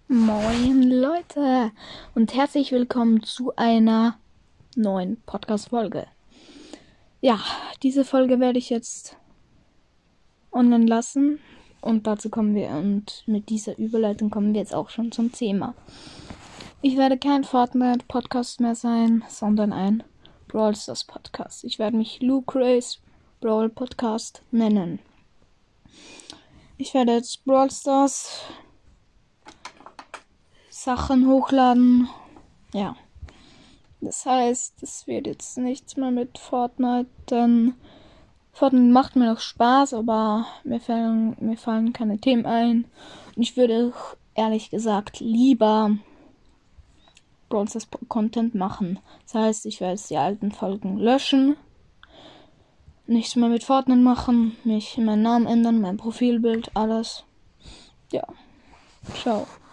Moin Leute und herzlich willkommen zu einer neuen Podcast-Folge. Ja, diese Folge werde ich jetzt online lassen und mit dieser Überleitung kommen wir jetzt auch schon zum Thema. Ich werde kein Fortnite-Podcast mehr sein, sondern ein Brawl Stars Podcast. Ich werde mich Lucrace Brawl Podcast nennen. Ich werde jetzt Brawl Stars Sachen hochladen. Ja. Das heißt, es wird jetzt nichts mehr mit Fortnite, denn Fortnite macht mir noch Spaß, aber mir fallen keine Themen ein. Und ich würde ehrlich gesagt lieber Brawl Stars Content machen. Das heißt, ich werde jetzt die alten Folgen löschen, nichts mehr mit Fortnite machen, meinen Namen ändern, mein Profilbild, alles. Ja. Ciao.